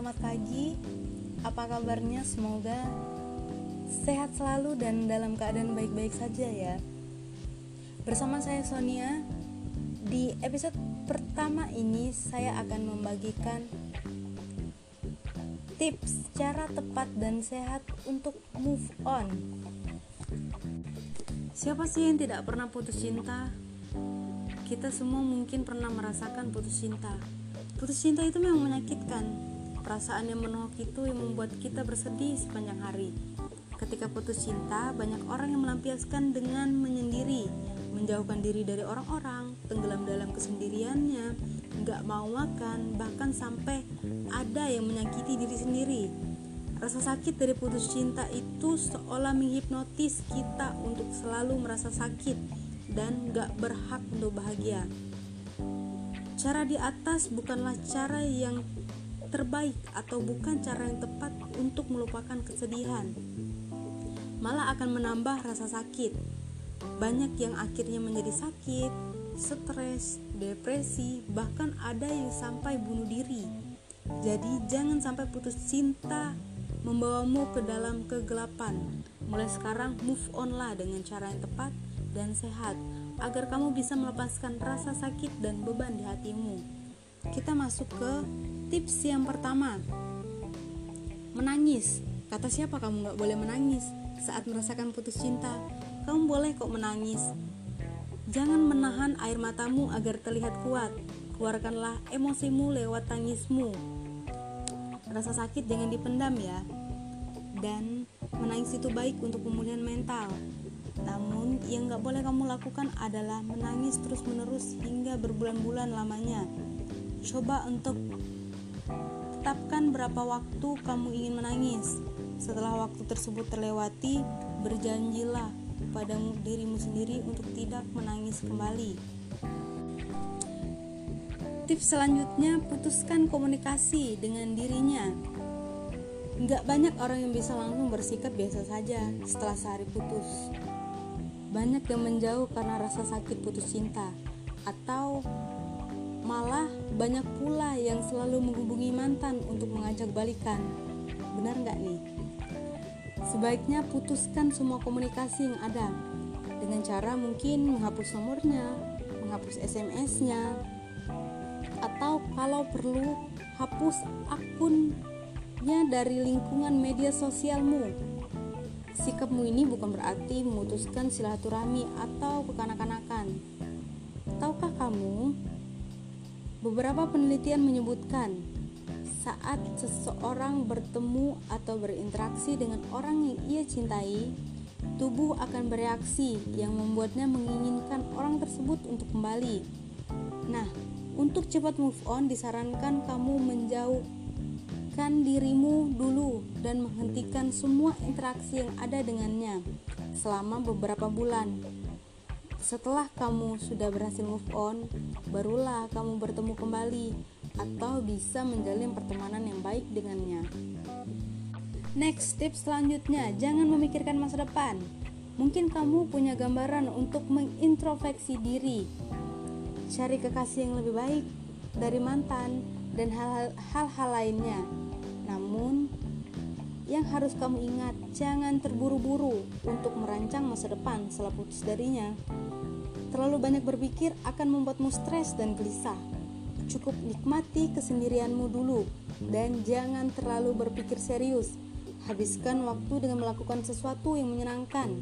selamat pagi. Apa kabarnya? Semoga sehat selalu dan dalam keadaan baik-baik saja ya. Bersama saya Sonia. Di episode pertama ini saya akan membagikan tips cara tepat dan sehat untuk move on. Siapa sih yang tidak pernah putus cinta? Kita semua mungkin pernah merasakan putus cinta. Putus cinta itu memang menyakitkan. Perasaan yang menohok itu yang membuat kita bersedih sepanjang hari. Ketika putus cinta, banyak orang yang melampiaskan dengan menyendiri, menjauhkan diri dari orang-orang, tenggelam dalam kesendiriannya, gak mau makan, bahkan sampai ada yang menyakiti diri sendiri. Rasa sakit dari putus cinta itu seolah menghipnotis kita untuk selalu merasa sakit dan gak berhak untuk bahagia. Cara di atas bukanlah cara yang terbaik atau bukan cara yang tepat untuk melupakan kesedihan. Malah akan menambah rasa sakit. Banyak yang akhirnya menjadi sakit, stres, depresi, bahkan ada yang sampai bunuh diri. Jadi jangan sampai putus cinta membawamu ke dalam kegelapan. Mulai sekarang move on lah dengan cara yang tepat dan sehat, agar kamu bisa melepaskan rasa sakit dan beban di hatimu. Kita masuk ke tips yang pertama. Menangis. Kata siapa kamu gak boleh menangis saat merasakan putus cinta? Kamu boleh kok menangis. Jangan menahan air matamu agar terlihat kuat. Keluarkanlah emosimu lewat tangismu. Rasa sakit jangan dipendam ya. Dan menangis itu baik untuk pemulihan mental. Namun yang gak boleh kamu lakukan adalah menangis terus-menerus hingga berbulan-bulan lamanya. Coba untuk tetapkan berapa waktu kamu ingin menangis. Setelah waktu tersebut terlewati, berjanjilah pada dirimu sendiri untuk tidak menangis kembali. Tips selanjutnya, putuskan komunikasi dengan dirinya. Gak banyak orang yang bisa langsung bersikap biasa saja setelah sehari putus. Banyak yang menjauh karena rasa sakit putus cinta, atau malah banyak pula yang selalu menghubungi mantan untuk mengajak balikan. Benar gak nih? Sebaiknya putuskan semua komunikasi yang ada dengan cara mungkin menghapus nomornya, menghapus SMS-nya, atau kalau perlu hapus akunnya dari lingkungan media sosialmu. Sikapmu ini bukan berarti memutuskan silaturahmi atau kekanak-kanakan. Tahukah kamu, beberapa penelitian menyebutkan saat seseorang bertemu atau berinteraksi dengan orang yang ia cintai, tubuh akan bereaksi yang membuatnya menginginkan orang tersebut untuk kembali. Nah, untuk cepat move on disarankan kamu menjauhkan dirimu dulu dan menghentikan semua interaksi yang ada dengannya selama beberapa bulan. Setelah kamu sudah berhasil move on, barulah kamu bertemu kembali atau bisa menjalin pertemanan yang baik dengannya. Next, tips selanjutnya, jangan memikirkan masa depan. Mungkin kamu punya gambaran untuk mengintrospeksi diri, cari kekasih yang lebih baik dari mantan dan hal-hal lainnya. Namun, yang harus kamu ingat, jangan terburu-buru untuk merancang masa depan setelah putus darinya. Terlalu banyak berpikir akan membuatmu stres dan gelisah. Cukup nikmati kesendirianmu dulu dan jangan terlalu berpikir serius. Habiskan waktu dengan melakukan sesuatu yang menyenangkan.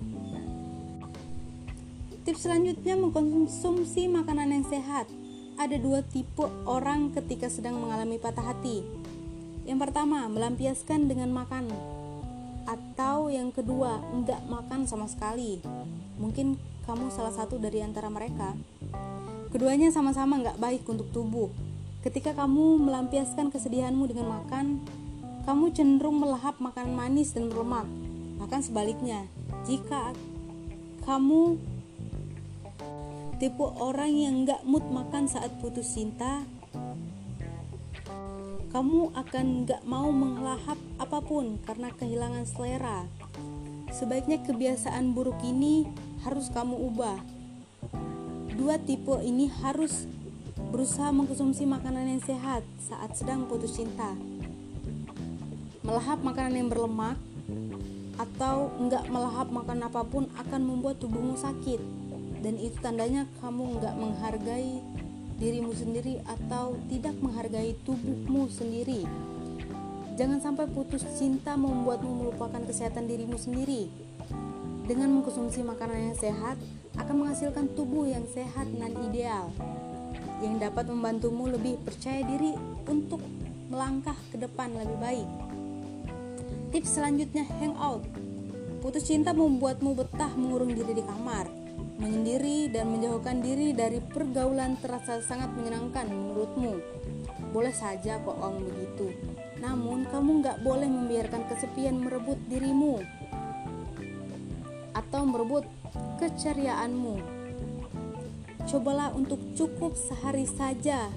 Tips selanjutnya, mengkonsumsi makanan yang sehat. Ada dua tipe orang ketika sedang mengalami patah hati. Yang pertama, melampiaskan dengan makan. Atau yang kedua, enggak makan sama sekali. Mungkin kamu salah satu dari antara mereka. Keduanya sama-sama enggak baik untuk tubuh. Ketika kamu melampiaskan kesedihanmu dengan makan, kamu cenderung melahap makanan manis dan berlemak. Bahkan sebaliknya, jika kamu tipe orang yang enggak mood makan saat putus cinta, kamu akan enggak mau melahap apapun karena kehilangan selera. Sebaiknya kebiasaan buruk ini harus kamu ubah. Dua tipe ini harus berusaha mengkonsumsi makanan yang sehat saat sedang putus cinta. Melahap makanan yang berlemak atau enggak melahap makanan apapun akan membuat tubuhmu sakit, dan itu tandanya kamu enggak menghargai dirimu sendiri atau tidak menghargai tubuhmu sendiri. Jangan sampai putus cinta membuatmu melupakan kesehatan dirimu sendiri. Dengan mengkonsumsi makanan yang sehat akan menghasilkan tubuh yang sehat dan ideal, yang dapat membantumu lebih percaya diri untuk melangkah ke depan lebih baik. Tips selanjutnya, hangout. Putus cinta membuatmu betah mengurung diri di kamar, menyendiri dan menjauhkan diri dari pergaulan terasa sangat menyenangkan menurutmu. Boleh saja kok kamu begitu, namun kamu gak boleh membiarkan kesepian merebut dirimu atau merebut keceriaanmu. Cobalah untuk cukup sehari saja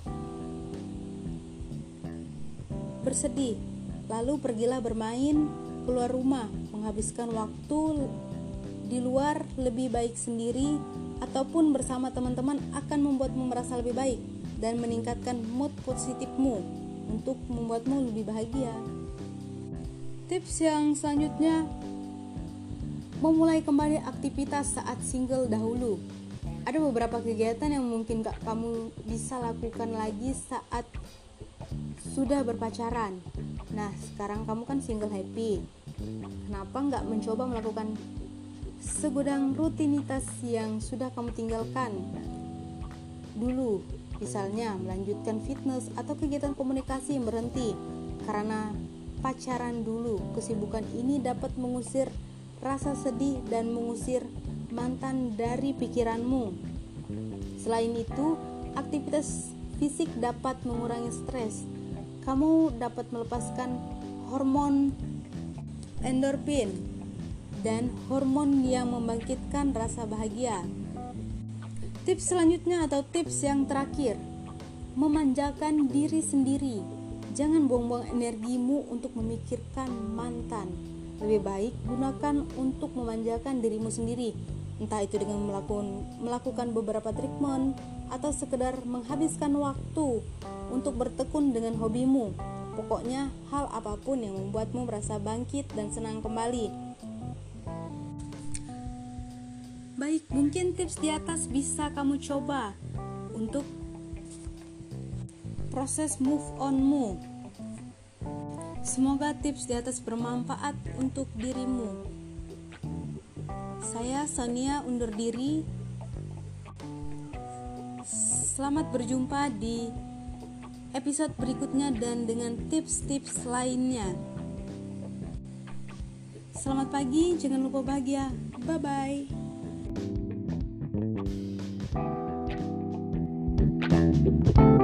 bersedih, lalu pergilah bermain keluar rumah, menghabiskan waktu di luar lebih baik sendiri ataupun bersama teman-teman akan membuatmu merasa lebih baik dan meningkatkan mood positifmu untuk membuatmu lebih bahagia. Tips yang selanjutnya, memulai kembali aktivitas saat single dahulu. Ada beberapa kegiatan yang mungkin kamu bisa lakukan lagi saat sudah berpacaran. Nah, sekarang kamu kan single happy. Kenapa nggak mencoba melakukan segudang rutinitas yang sudah kamu tinggalkan dulu? Misalnya melanjutkan fitness atau kegiatan komunikasi yang berhenti karena pacaran dulu. Kesibukan ini dapat mengusir rasa sedih dan mengusir mantan dari pikiranmu. Selain itu, aktivitas fisik dapat mengurangi stres. Kamu dapat melepaskan hormon endorfin dan hormon yang membangkitkan rasa bahagia. Tips selanjutnya atau tips yang terakhir, memanjakan diri sendiri. Jangan buang-buang energimu untuk memikirkan mantan. Lebih baik gunakan untuk memanjakan dirimu sendiri. Entah itu dengan melakukan beberapa treatment atau sekedar menghabiskan waktu untuk bertekun dengan hobimu. Pokoknya hal apapun yang membuatmu merasa bangkit dan senang kembali. Baik, mungkin tips di atas bisa kamu coba untuk proses move on-mu. Semoga tips di atas bermanfaat untuk dirimu. Saya Sonia undur diri. Selamat berjumpa di episode berikutnya dan dengan tips-tips lainnya. Selamat pagi, jangan lupa bahagia. Bye-bye. Thank you.